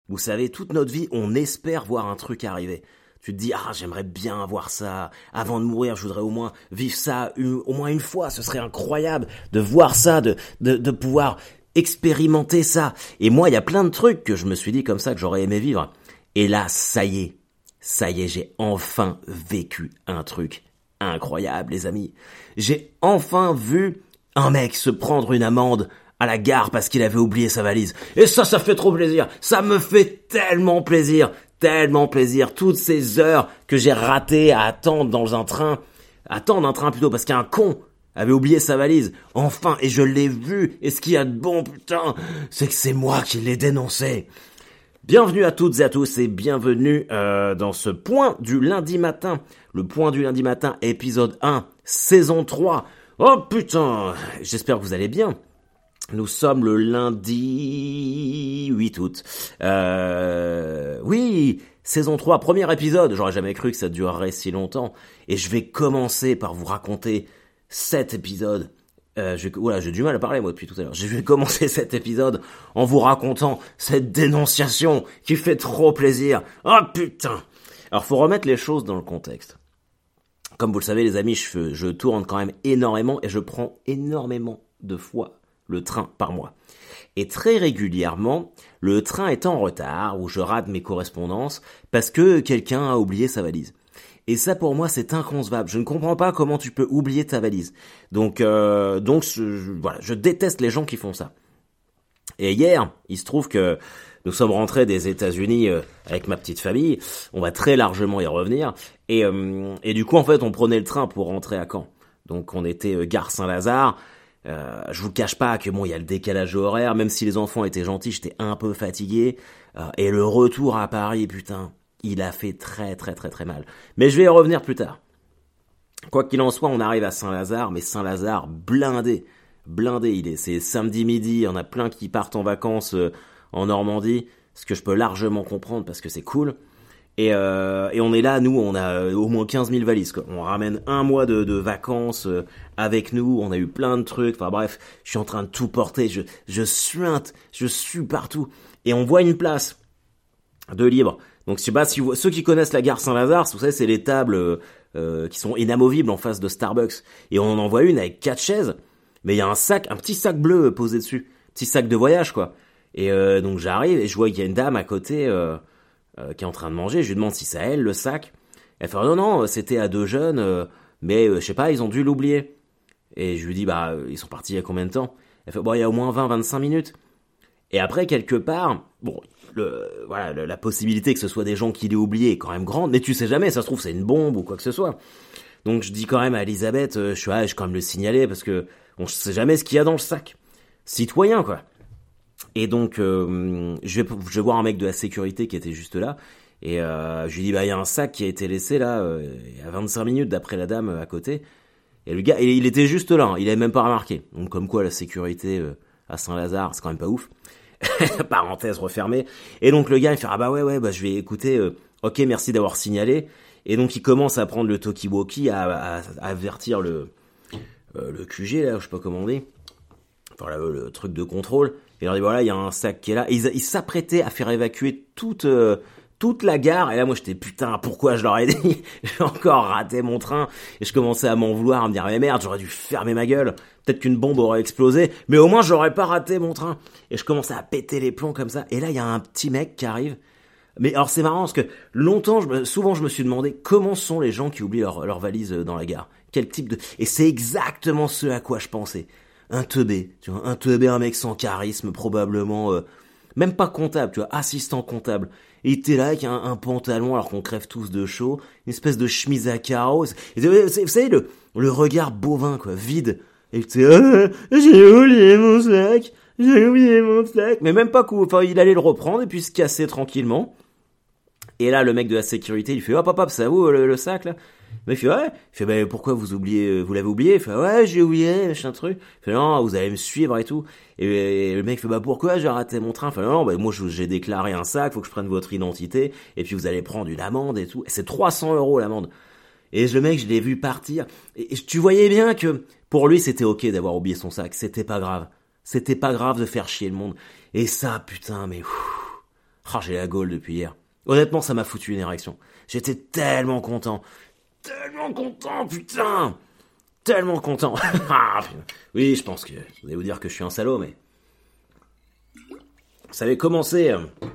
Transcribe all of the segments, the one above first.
Vous savez, toute notre vie, on espère voir un truc arriver. Tu te dis, j'aimerais bien voir ça. Avant de mourir, je voudrais au moins vivre ça au moins une fois. Ce serait incroyable de voir ça, de pouvoir expérimenter ça. Et moi, il y a plein de trucs que je me suis dit comme ça que j'aurais aimé vivre. Et là, ça y est, j'ai enfin vécu un truc incroyable, les amis. J'ai enfin vu un mec se prendre une amende à la gare parce qu'il avait oublié sa valise. Et ça fait trop plaisir. Ça me fait tellement plaisir. Tellement plaisir. Toutes ces heures que j'ai ratées à attendre attendre un train plutôt parce qu'un con avait oublié sa valise. Enfin, et je l'ai vu. Et ce qu'il y a de bon, putain, c'est que c'est moi qui l'ai dénoncé. Bienvenue à toutes et à tous et bienvenue dans ce point du lundi matin. Le point du lundi matin, épisode 1, saison 3. Oh putain, j'espère que vous allez bien. Nous sommes le lundi 8 août. Oui, saison 3, premier épisode. J'aurais jamais cru que ça durerait si longtemps. Et je vais commencer par vous raconter cet épisode. J'ai du mal à parler moi depuis tout à l'heure. Je vais commencer cet épisode en vous racontant cette dénonciation qui fait trop plaisir. Oh putain. Alors faut remettre les choses dans le contexte. Comme vous le savez les amis, je tourne quand même énormément et je prends énormément de fois le train par mois. Et très régulièrement, le train est en retard ou je rate mes correspondances parce que quelqu'un a oublié sa valise. Et ça pour moi c'est inconcevable. Je ne comprends pas comment tu peux oublier ta valise. Donc voilà, je déteste les gens qui font ça. Et hier, il se trouve que nous sommes rentrés des États-Unis avec ma petite famille. On va très largement y revenir. Et du coup en fait on prenait le train pour rentrer à Caen. Donc on était gare Saint-Lazare. Je vous cache pas que bon, il y a le décalage horaire, même si les enfants étaient gentils, j'étais un peu fatigué. Et le retour à Paris, putain, il a fait très très très très mal. Mais je vais y revenir plus tard. Quoi qu'il en soit, on arrive à Saint-Lazare, mais Saint-Lazare blindé. C'est samedi midi, il y en a plein qui partent en vacances en Normandie, ce que je peux largement comprendre parce que c'est cool. Et on est là, nous, on a au moins 15 000 valises, quoi. On ramène un mois de vacances avec nous, on a eu plein de trucs, enfin bref, je suis en train de tout porter, je suinte, je suis partout. Et on voit une place de libre. Donc je sais pas si ceux qui connaissent la gare Saint-Lazare, vous savez, c'est les tables qui sont inamovibles en face de Starbucks. Et on en voit une avec 4 chaises, mais il y a un petit sac bleu posé dessus, petit sac de voyage, quoi. Et donc j'arrive et je vois qu'il y a une dame à côté... qui est en train de manger, je lui demande si c'est à elle le sac. Elle fait non, c'était à 2 jeunes, mais je sais pas, ils ont dû l'oublier. Et je lui dis ils sont partis il y a combien de temps? Elle fait il y a au moins 20-25 minutes. Et après quelque part, la possibilité que ce soit des gens qui l'aient oublié est quand même grande, mais tu sais jamais, ça se trouve c'est une bombe ou quoi que ce soit. Donc je dis quand même à Elisabeth, je vais quand même le signaler parce que on sait jamais ce qu'il y a dans le sac. Citoyen quoi. Et donc, je vais voir un mec de la sécurité qui était juste là. Et je lui dis, il y a un sac qui a été laissé là, il y a 25 minutes d'après la dame à côté. Et le gars, il était juste là, il avait même pas remarqué. Donc comme quoi la sécurité à Saint-Lazare, c'est quand même pas ouf. Parenthèse refermée. Et donc le gars, il fait, je vais écouter, ok, merci d'avoir signalé. Et donc il commence à prendre le talkie-walkie, à avertir le QG là, je sais pas comment on dit. Enfin, le truc de contrôle. Et leur dit il y a un sac qui est là. Et ils s'apprêtaient à faire évacuer toute la gare. Et là, moi, j'étais putain, pourquoi je leur ai dit? J'ai encore raté mon train. Et je commençais à m'en vouloir, à me dire mais merde, j'aurais dû fermer ma gueule. Peut-être qu'une bombe aurait explosé, mais au moins j'aurais pas raté mon train. Et je commençais à péter les plombs comme ça. Et là, il y a un petit mec qui arrive. Mais alors c'est marrant parce que souvent je me suis demandé comment sont les gens qui oublient leur valise dans la gare. Quel type de... Et c'est exactement ce à quoi je pensais. Un teubé, tu vois, un mec sans charisme, probablement, même pas comptable, tu vois, assistant comptable. Et il était là avec un pantalon alors qu'on crève tous de chaud, une espèce de chemise à carreaux. Vous savez, le regard bovin, quoi, vide. Et il était, j'ai oublié mon sac. Mais même pas cool, enfin, il allait le reprendre et puis se casser tranquillement. Et là, le mec de la sécurité, il fait, hop, c'est à vous, le sac, là? Mais il fait, pourquoi vous l'avez oublié? Il fait, j'ai oublié, machin truc. Il fait, non, vous allez me suivre et tout. Et le mec fait, pourquoi j'ai raté mon train? Il fait, non, moi, j'ai déclaré un sac, faut que je prenne votre identité, et puis vous allez prendre une amende et tout. Et c'est 300 € l'amende. Et le mec, je l'ai vu partir. Et tu voyais bien que, pour lui, c'était ok d'avoir oublié son sac. C'était pas grave. C'était pas grave de faire chier le monde. Et ça, putain, mais, Oh, j'ai la gaule depuis hier. Honnêtement, ça m'a foutu une érection. J'étais tellement content. Tellement content, putain. Tellement content. Oui, je pense que vous allez vous dire que je suis un salaud, mais... Ça avait commencé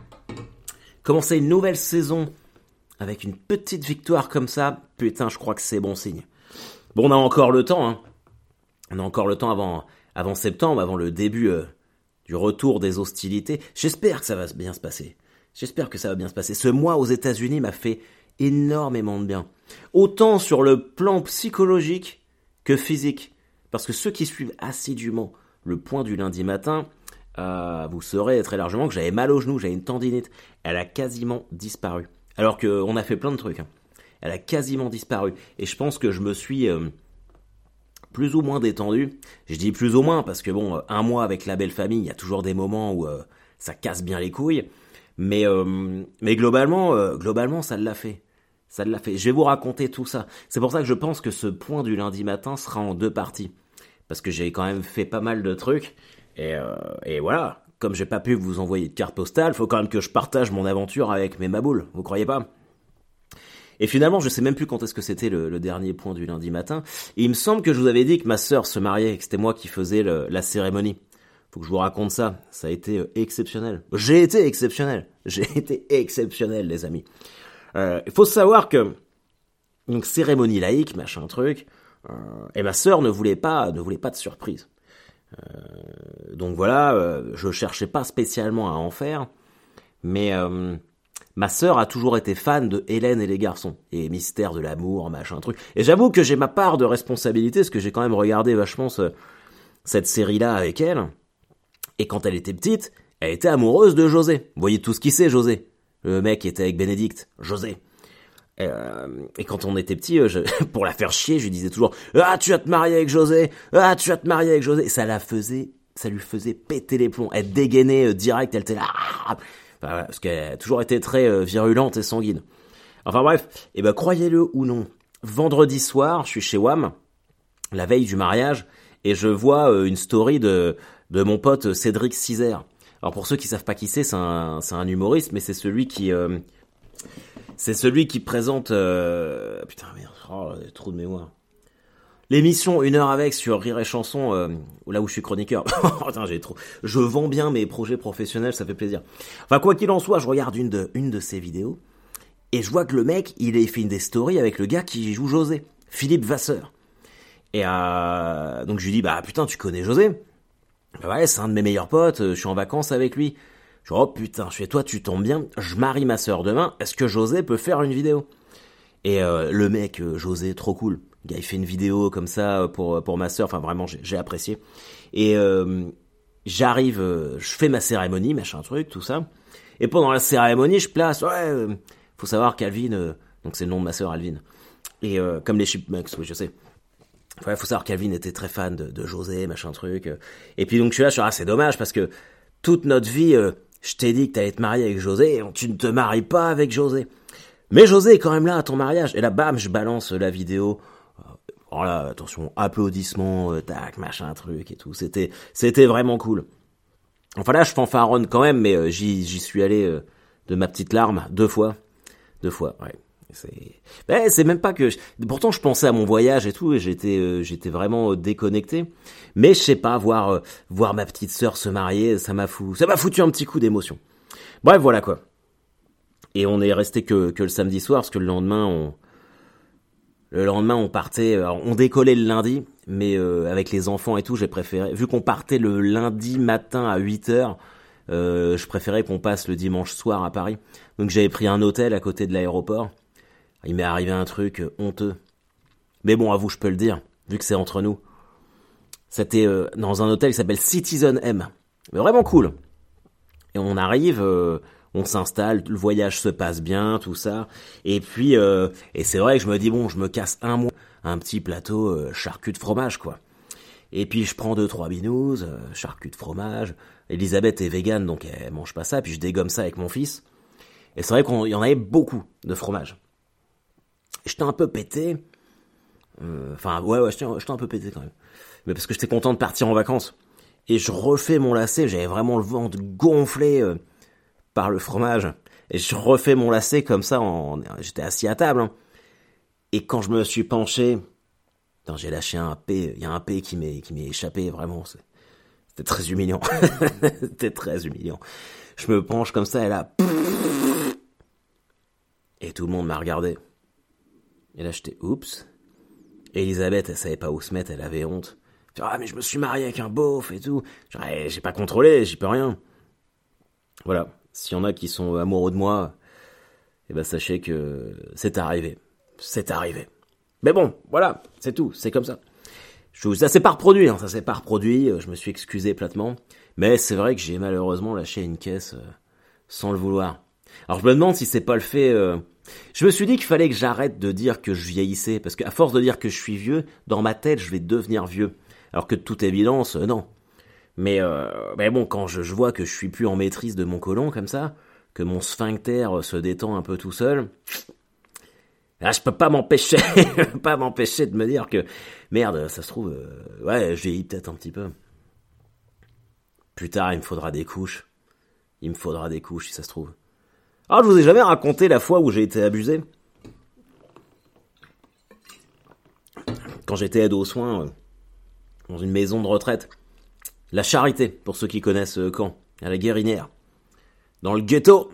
une nouvelle saison avec une petite victoire comme ça. Putain, je crois que c'est bon signe. Bon, on a encore le temps, hein. On a encore le temps avant septembre, avant le début du retour des hostilités. J'espère que ça va bien se passer. J'espère que ça va bien se passer. Ce mois aux États-Unis m'a fait énormément de bien. Autant sur le plan psychologique que physique. Parce que ceux qui suivent assidûment le point du lundi matin, vous saurez très largement que j'avais mal au genou, j'avais une tendinite. Elle a quasiment disparu. Alors qu'on a fait plein de trucs, hein. Elle a quasiment disparu. Et je pense que je me suis plus ou moins détendu. Je dis plus ou moins parce que bon, un mois avec la belle famille, il y a toujours des moments où ça casse bien les couilles. Mais globalement, ça l'a fait. Ça l'a fait. Je vais vous raconter tout ça. C'est pour ça que je pense que ce point du lundi matin sera en 2 parties. Parce que j'ai quand même fait pas mal de trucs. Et voilà. Comme j'ai pas pu vous envoyer de carte postale, faut quand même que je partage mon aventure avec mes maboules. Vous croyez pas ? Et finalement, je sais même plus quand est-ce que c'était le dernier point du lundi matin. Et il me semble que je vous avais dit que ma sœur se mariait et que c'était moi qui faisais la cérémonie. Faut que je vous raconte ça. Ça a été exceptionnel. J'ai été exceptionnel, les amis. Il faut savoir que donc cérémonie laïque, machin truc. Et ma sœur ne voulait pas de surprise. Donc voilà, je cherchais pas spécialement à en faire, mais ma sœur a toujours été fan de Hélène et les garçons et Mystère de l'amour, machin truc. Et j'avoue que j'ai ma part de responsabilité parce que j'ai quand même regardé vachement cette série-là avec elle. Et quand elle était petite, elle était amoureuse de José. Vous voyez tout ce qu'il sait, José. Le mec qui était avec Bénédicte, José. Et quand on était petit, pour la faire chier, je lui disais toujours « Ah, tu vas te marier avec José. Ah, tu vas te marier avec José. » Ça lui faisait péter les plombs. Elle dégainait direct, elle était là. Enfin, voilà, parce qu'elle a toujours été très virulente et sanguine. Enfin bref, et ben croyez-le ou non, vendredi soir, je suis chez WAM, la veille du mariage, et je vois une story de mon pote Cédric Cizère. Alors pour ceux qui savent pas qui c'est un humoriste, mais c'est celui qui présente putain merde, trou de mémoire. L'émission 1 heure avec sur Rire et Chanson, là où je suis chroniqueur. Putain, je vends bien mes projets professionnels, ça fait plaisir. Enfin, quoi qu'il en soit, je regarde une de ses vidéos, et je vois que le mec, il a fait des stories avec le gars qui joue José, Philippe Vasseur. Et donc je lui dis, bah putain, tu connais José ? Bah ouais, c'est un de mes meilleurs potes, je suis en vacances avec lui. Je dis, oh putain, toi, tu tombes bien, je marie ma sœur demain, est-ce que José peut faire une vidéo ? Et le mec, José, trop cool. Le gars, il fait une vidéo comme ça pour ma sœur, enfin vraiment, j'ai apprécié. Et j'arrive, je fais ma cérémonie, machin truc, tout ça. Et pendant la cérémonie, je place, faut savoir qu'Alvin, donc c'est le nom de ma sœur, Alvin. Et comme les Chipmunks, oui, je sais. Ouais, faut savoir qu'Alvin était très fan de José, machin truc. Et puis donc je suis là, c'est dommage parce que toute notre vie, je t'ai dit que t'allais te marier avec José, et tu ne te maries pas avec José. Mais José est quand même là à ton mariage. Et là, bam, je balance la vidéo. Oh là, attention, applaudissements, tac, machin truc et tout. C'était vraiment cool. Enfin là, je fanfaronne quand même, mais j'y suis allé de ma petite larme 2 fois. 2 fois, ouais. C'est même pas que pourtant je pensais à mon voyage et tout et j'étais vraiment déconnecté, mais je sais pas, voir ma petite sœur se marier, ça m'a foutu un petit coup d'émotion. Bref, voilà quoi. Et on est resté que le samedi soir parce que le lendemain on partait, alors, on décollait le lundi, mais avec les enfants et tout, j'ai préféré, vu qu'on partait le lundi matin à 8h, je préférais qu'on passe le dimanche soir à Paris. Donc j'avais pris un hôtel à côté de l'aéroport. Il m'est arrivé un truc honteux. Mais bon, à vous, je peux le dire, vu que c'est entre nous. C'était dans un hôtel qui s'appelle Citizen M. Mais vraiment cool. Et on arrive, on s'installe, le voyage se passe bien, tout ça. Et puis, et c'est vrai que je me dis, bon, je me casse un mois, un petit plateau charcut de fromage, quoi. Et puis je prends 2-3 binous, charcut de fromage. Elisabeth est végane, donc elle mange pas ça. Puis je dégomme ça avec mon fils. Et c'est vrai qu'il y en avait beaucoup de fromage. J'étais un peu pété. Enfin, ouais, j'étais un peu pété quand même. Mais parce que j'étais content de partir en vacances. Et je refais mon lacet, j'avais vraiment le ventre gonflé. par le fromage. Et je refais mon lacet comme ça, j'étais assis à table. Hein. Et quand je me suis penché, putain, j'ai lâché un P. Il y a un P qui m'est échappé, vraiment. C'était très humiliant. C'était très humiliant. Je me penche comme ça, et là... Et tout le monde m'a regardé. Et là, j'étais oups. Et Elisabeth, elle savait pas où se mettre, elle avait honte. Ah, mais je me suis marié avec un beauf et tout. Genre, j'ai pas contrôlé, j'y peux rien. Voilà. S'il y en a qui sont amoureux de moi, eh ben, sachez que c'est arrivé. C'est arrivé. Mais bon, voilà, c'est tout, c'est comme ça. Ça s'est pas reproduit, hein, ça s'est pas reproduit, je me suis excusé platement. Mais c'est vrai que j'ai malheureusement lâché une caisse sans le vouloir. Alors je me demande si c'est pas le fait... Je me suis dit qu'il fallait que j'arrête de dire que je vieillissais, parce qu'à force de dire que je suis vieux, dans ma tête, je vais devenir vieux. Alors que de toute évidence, non. Mais bon, quand je vois que je suis plus en maîtrise de mon côlon, comme ça, que mon sphincter se détend un peu tout seul, là, je peux pas m'empêcher, de me dire que, merde, ça se trouve, ouais, je vieillis peut-être un petit peu. Plus tard, il me faudra des couches. Il me faudra des couches, si ça se trouve. Ah, je vous ai jamais raconté la fois où j'ai été abusé. Quand j'étais aide aux soins, dans une maison de retraite. La Charité, pour ceux qui connaissent Caen, à la Guérinière. Dans le ghetto.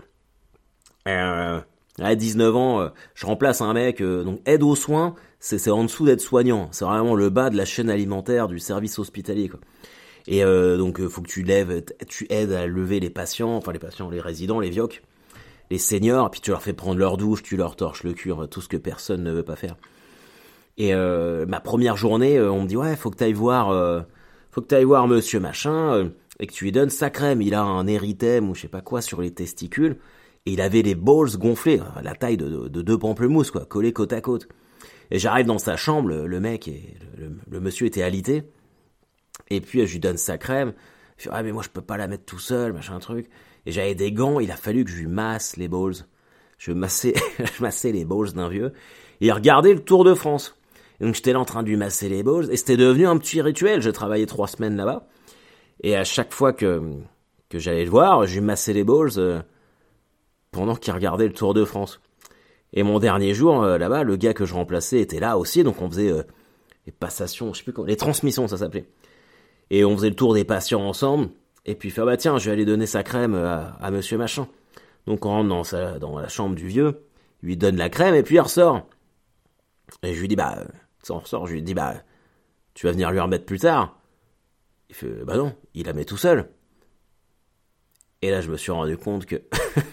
À 19 ans, je remplace un mec, donc aide aux soins, c'est en dessous d'être soignant. C'est vraiment le bas de la chaîne alimentaire du service hospitalier, quoi. Et donc, faut que tu aides à lever les patients, les résidents, les vioques, les seniors, puis tu leur fais prendre leur douche, tu leur torches le cul, tout ce que personne ne veut pas faire. Et ma première journée, on me dit ouais, faut que t'ailles voir monsieur machin, et que tu lui donnes sa crème. Il a un érythème ou je sais pas quoi sur les testicules, et il avait les balls gonflés, la taille de deux pamplemousses, quoi, collés côte à côte. Et j'arrive dans sa chambre, le mec, le monsieur était alité, et puis je lui donne sa crème. Je dis ah mais moi je peux pas la mettre tout seul, machin truc. Et j'avais des gants, il a fallu que je lui masse les balls. Je massais les balls d'un vieux. Et il regardait le Tour de France. Et donc j'étais là en train de lui masser les balls, et c'était devenu un petit rituel. J'ai travaillé 3 semaines là-bas, et à chaque fois que j'allais le voir, je lui massais les balls pendant qu'il regardait le Tour de France. Et mon dernier jour là-bas, le gars que je remplaçais était là aussi, donc on faisait les passations, je sais plus comment, les transmissions ça s'appelait. Et on faisait le tour des patients ensemble, et puis il fait bah tiens, je vais aller donner sa crème à monsieur machin. Donc on rentre dans la chambre du vieux, il lui donne la crème et puis il ressort. Et je lui dis on ressort, je lui dis tu vas venir lui remettre plus tard. Il fait bah non, il la met tout seul. Et là je me suis rendu compte que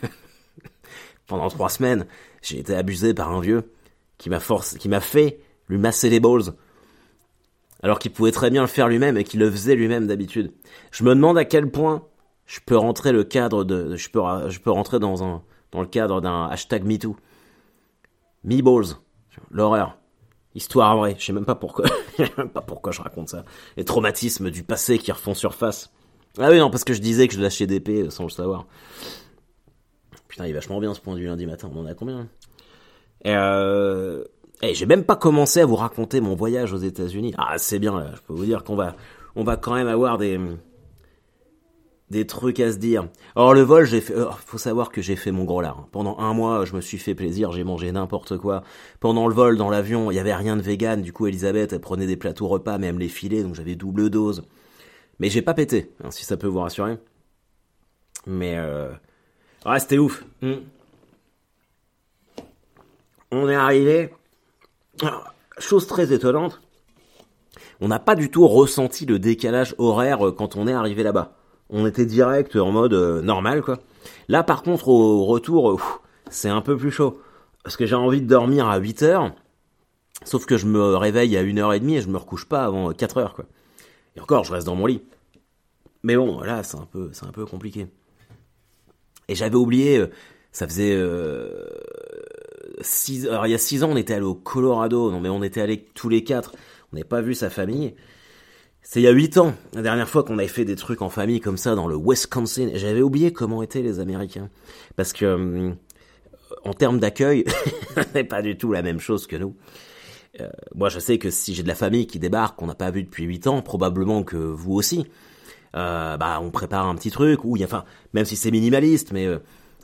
pendant 3 semaines, j'ai été abusé par un vieux qui m'a fait lui masser les balls. Alors qu'il pouvait très bien le faire lui-même et qu'il le faisait lui-même d'habitude. Je me demande à quel point je peux rentrer je peux rentrer dans le cadre d'un hashtag MeToo. Me-balls. L'horreur. Histoire vraie. Je sais même pas pourquoi. Je raconte ça. Les traumatismes du passé qui refont surface. Ah oui, non, parce que je disais que je lâchais d'épée sans le savoir. Putain, il est vachement bien ce point du lundi matin. On en a combien? J'ai même pas commencé à vous raconter mon voyage aux États-Unis. Ah, c'est bien, là. Je peux vous dire qu'on va quand même avoir des trucs à se dire. Alors, le vol, faut savoir que j'ai fait mon gros lard. Pendant 1 mois, je me suis fait plaisir, j'ai mangé n'importe quoi. Pendant le vol, dans l'avion, il y avait rien de vegan. Du coup, Elisabeth, elle prenait des plateaux repas, mais elle me les filait, donc j'avais double dose. Mais j'ai pas pété, hein, si ça peut vous rassurer. Mais, ouais, c'était ouf. On est arrivé. Chose très étonnante, on n'a pas du tout ressenti le décalage horaire quand on est arrivé là-bas. On était direct en mode normal, quoi. Là, par contre, au retour, c'est un peu plus chaud. Parce que j'ai envie de dormir à 8h, sauf que je me réveille à 1h30 et je me recouche pas avant 4h, quoi. Et encore, je reste dans mon lit. Mais bon, là, c'est un peu compliqué. Et j'avais oublié, ça faisait... alors il y a 6 ans, on était allé au Colorado. Non, mais on était allés tous les 4. On n'avait pas vu sa famille. C'est il y a 8 ans, la dernière fois qu'on avait fait des trucs en famille comme ça dans le Wisconsin. Et j'avais oublié comment étaient les Américains. Parce que, en termes d'accueil, c'est pas du tout la même chose que nous. Moi, je sais que si j'ai de la famille qui débarque, qu'on n'a pas vu depuis 8 ans, probablement que vous aussi, on prépare un petit truc, même si c'est minimaliste, mais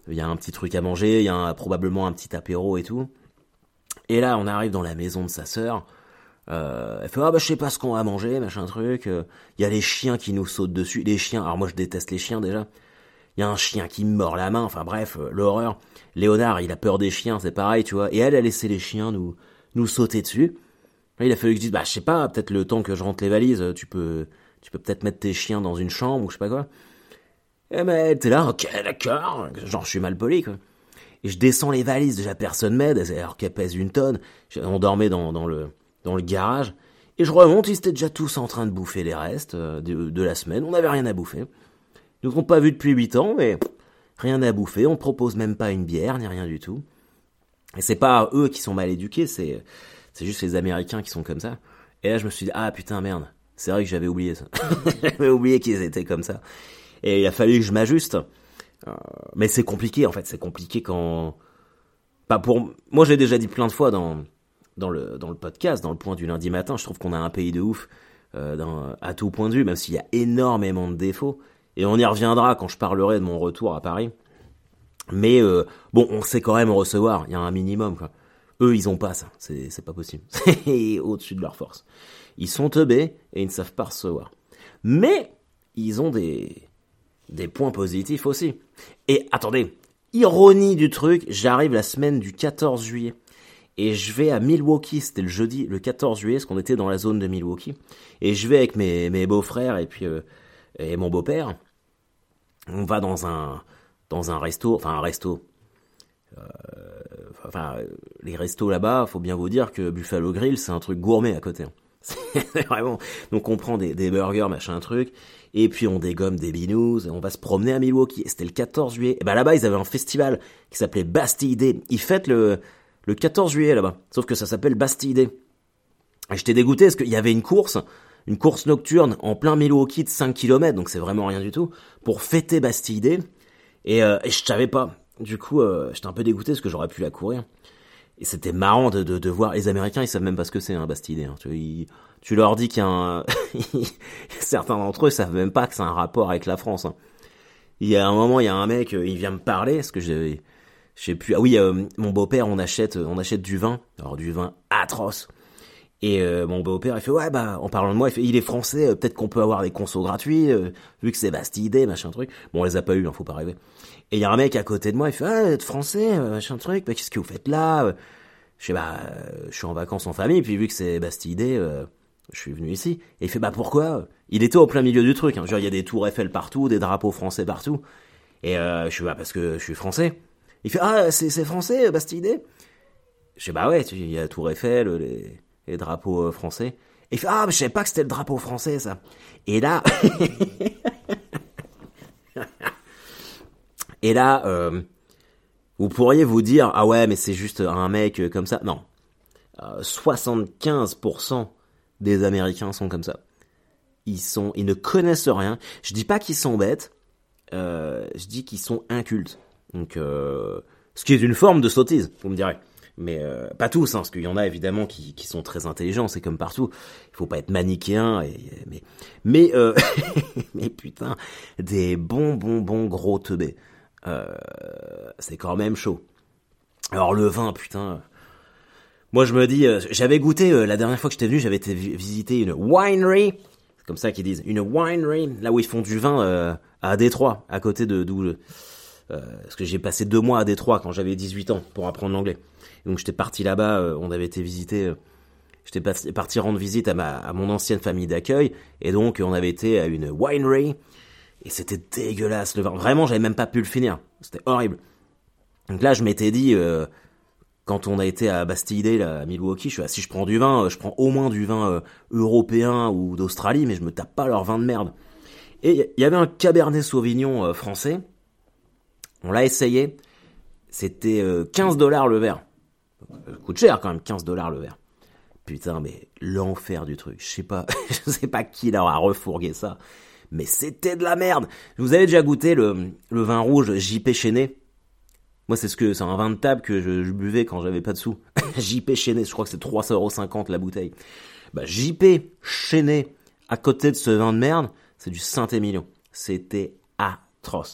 il y a un petit truc à manger, il y a probablement un petit apéro et tout. Et là, on arrive dans la maison de sa sœur. Elle fait je sais pas ce qu'on va manger, machin truc. Il y a les chiens qui nous sautent dessus. Les chiens. Alors moi, je déteste les chiens déjà. Il y a un chien qui me mord la main. Enfin bref, l'horreur. Léonard, il a peur des chiens, c'est pareil, tu vois. Et elle a laissé les chiens nous sauter dessus. Il a fallu que je dise, je sais pas, peut-être le temps que je rentre les valises, tu peux peut-être mettre tes chiens dans une chambre ou je sais pas quoi. Et elle était là, ok, d'accord. Genre, je suis mal poli, quoi. Et je descends les valises, déjà personne m'aide, alors qu'elles pèsent 1 tonne. On dormait dans le garage. Et je remonte, ils étaient déjà tous en train de bouffer les restes de la semaine. On n'avait rien à bouffer. Ils nous ont pas vus depuis 8 ans, mais rien à bouffer. On propose même pas une bière, ni rien du tout. Et c'est pas eux qui sont mal éduqués, c'est juste les Américains qui sont comme ça. Et là, je me suis dit, putain, merde. C'est vrai que j'avais oublié ça. J'avais oublié qu'ils étaient comme ça. Et il a fallu que je m'ajuste. Mais c'est compliqué, en fait. C'est compliqué quand... Moi, j'ai déjà dit plein de fois dans le podcast, dans le point du lundi matin, je trouve qu'on a un pays de ouf à tout point de vue, même s'il y a énormément de défauts. Et on y reviendra quand je parlerai de mon retour à Paris. Mais on sait quand même recevoir. Il y a un minimum, quoi. Eux, ils ont pas ça. C'est pas possible. C'est au-dessus de leur force. Ils sont teubés et ils ne savent pas recevoir. Mais ils ont des points positifs aussi. Et attendez, ironie du truc, j'arrive la semaine du 14 juillet. Et je vais à Milwaukee, c'était le jeudi, le 14 juillet, parce qu'on était dans la zone de Milwaukee. Et je vais avec mes beaux-frères et puis et mon beau-père. On va dans un resto, enfin un resto. Les restos là-bas, faut bien vous dire que Buffalo Grill, c'est un truc gourmet à côté. C'est vraiment. Donc on prend des burgers, machin truc, et puis on dégomme des binous, et on va se promener à Milwaukee. Et c'était le 14 juillet. Et là-bas, ils avaient un festival qui s'appelait Bastille Day. Ils fêtent le 14 juillet là-bas. Sauf que ça s'appelle Bastille Day. Et j'étais dégoûté parce qu'il y avait une course nocturne en plein Milwaukee de 5 km, donc c'est vraiment rien du tout, pour fêter Bastille Day. Et je savais pas. Du coup, j'étais un peu dégoûté parce que j'aurais pu la courir. Et c'était marrant de voir. Les Américains, ils savent même pas ce que c'est un Bastille Day. Hein. Tu leur dis qu'il y a un... Certains d'entre eux savent même pas que c'est un rapport avec la France. Hein. Il y a un moment, il y a un mec, il vient me parler, parce que je sais plus. Ah oui, mon beau-père, on achète du vin. Alors du vin atroce. Et mon beau-père, il fait en parlant de moi, il est français, peut-être qu'on peut avoir des consos gratuits, vu que c'est Bastille Day, machin truc. Bon, on les a pas eu, hein, faut pas rêver. Et il y a un mec à côté de moi, il fait êtes français, machin truc, qu'est-ce que vous faites là? Je sais je suis en vacances en famille, puis vu que c'est Bastille Day, je suis venu ici. Et il fait pourquoi? Il était au plein milieu du truc, hein. Genre il y a des tours Eiffel partout, des drapeaux français partout. Et je suis parce que je suis français. Il fait c'est français Bastille Day? Je sais ouais, il y a Tour Eiffel, les drapeaux français. Et il fait je savais pas que c'était le drapeau français ça. Et là Et là, vous pourriez vous dire ouais mais c'est juste un mec comme ça. Non, 75% des Américains sont comme ça. Ils ne connaissent rien. Je dis pas qu'ils sont bêtes, je dis qu'ils sont incultes. Donc, ce qui est une forme de sottise, vous me direz. Mais pas tous, hein, parce qu'il y en a évidemment qui sont très intelligents, c'est comme partout. Il faut pas être manichéen, mais putain, des bons gros teubés. C'est quand même chaud. Alors le vin, putain. Moi je me dis, j'avais goûté la dernière fois que j'étais venu, j'avais été visiter une winery, c'est comme ça qu'ils disent, une winery, là où ils font du vin à Détroit, à côté de d'où parce que j'ai passé 2 mois à Détroit quand j'avais 18 ans pour apprendre l'anglais. Et donc j'étais parti là-bas, on avait été visiter, j'étais parti rendre visite à mon ancienne famille d'accueil, et donc on avait été à une winery. Et c'était dégueulasse le vin. Vraiment, j'avais même pas pu le finir. C'était horrible. Donc là, je m'étais dit, quand on a été à Bastille Day, là, à Milwaukee, si je prends du vin, je prends au moins du vin européen ou d'Australie, mais je me tape pas leur vin de merde. Et il y avait un Cabernet Sauvignon français. On l'a essayé. C'était $15 le verre. Ça coûte cher quand même, $15 le verre. Putain, mais l'enfer du truc. Je sais pas qui leur a refourgué ça. Mais c'était de la merde. Vous avez déjà goûté le vin rouge JP Chenet? Moi, c'est un vin de table que je buvais quand j'avais pas de sous. JP Chenet, je crois que c'est 3,50 € la bouteille. JP Chenet, à côté de ce vin de merde, c'est du Saint-Émilion. C'était atroce.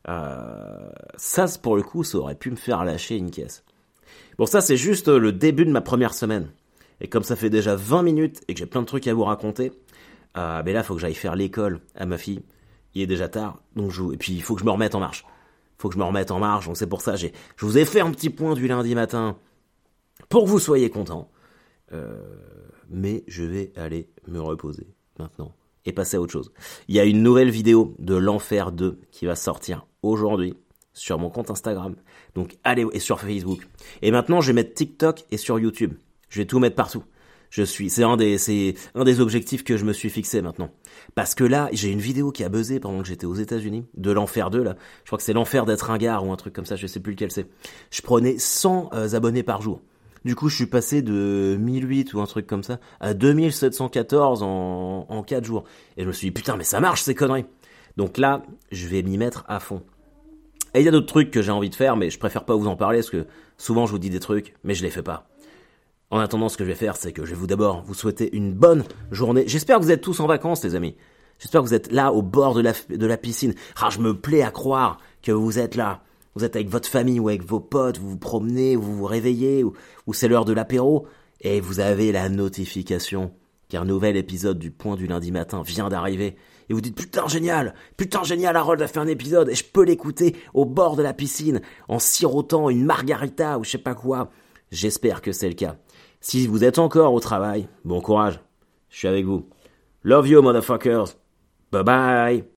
Ça, pour le coup, ça aurait pu me faire lâcher une caisse. Bon, ça, c'est juste le début de ma première semaine. Et comme ça fait déjà 20 minutes et que j'ai plein de trucs à vous raconter, ben là, il faut que j'aille faire l'école à ma fille. Il est déjà tard, donc et puis il faut que je me remette en marche. Donc c'est pour ça, je vous ai fait un petit point du lundi matin pour que vous soyez contents. Mais je vais aller me reposer maintenant et passer à autre chose. Il y a une nouvelle vidéo de l'Enfer 2 qui va sortir aujourd'hui sur mon compte Instagram. Donc allez, et sur Facebook. Et maintenant, je vais mettre TikTok et sur YouTube. Je vais tout mettre partout. C'est un des objectifs que je me suis fixé maintenant. Parce que là, j'ai une vidéo qui a buzzé pendant que j'étais aux États-Unis, de l'Enfer 2 là. Je crois que c'est l'enfer d'être un gars ou un truc comme ça, je sais plus lequel c'est. Je prenais 100 abonnés par jour. Du coup, je suis passé de 1008 ou un truc comme ça à 2714 en 4 jours. Et je me suis dit, putain, mais ça marche ces conneries. Donc là, je vais m'y mettre à fond. Et il y a d'autres trucs que j'ai envie de faire, mais je préfère pas vous en parler parce que souvent je vous dis des trucs, mais je les fais pas. En attendant, ce que je vais faire, c'est que je vais d'abord vous souhaiter une bonne journée. J'espère que vous êtes tous en vacances, les amis. J'espère que vous êtes là, au bord de la piscine. Ah, je me plais à croire que vous êtes là. Vous êtes avec votre famille ou avec vos potes, vous vous promenez, vous vous réveillez, ou c'est l'heure de l'apéro, et vous avez la notification qu'un nouvel épisode du Point du lundi matin vient d'arriver. Et vous dites, putain génial, Harold a fait un épisode, et je peux l'écouter au bord de la piscine, en sirotant une margarita ou je sais pas quoi. J'espère que c'est le cas. Si vous êtes encore au travail, bon courage. Je suis avec vous. Love you, motherfuckers. Bye bye.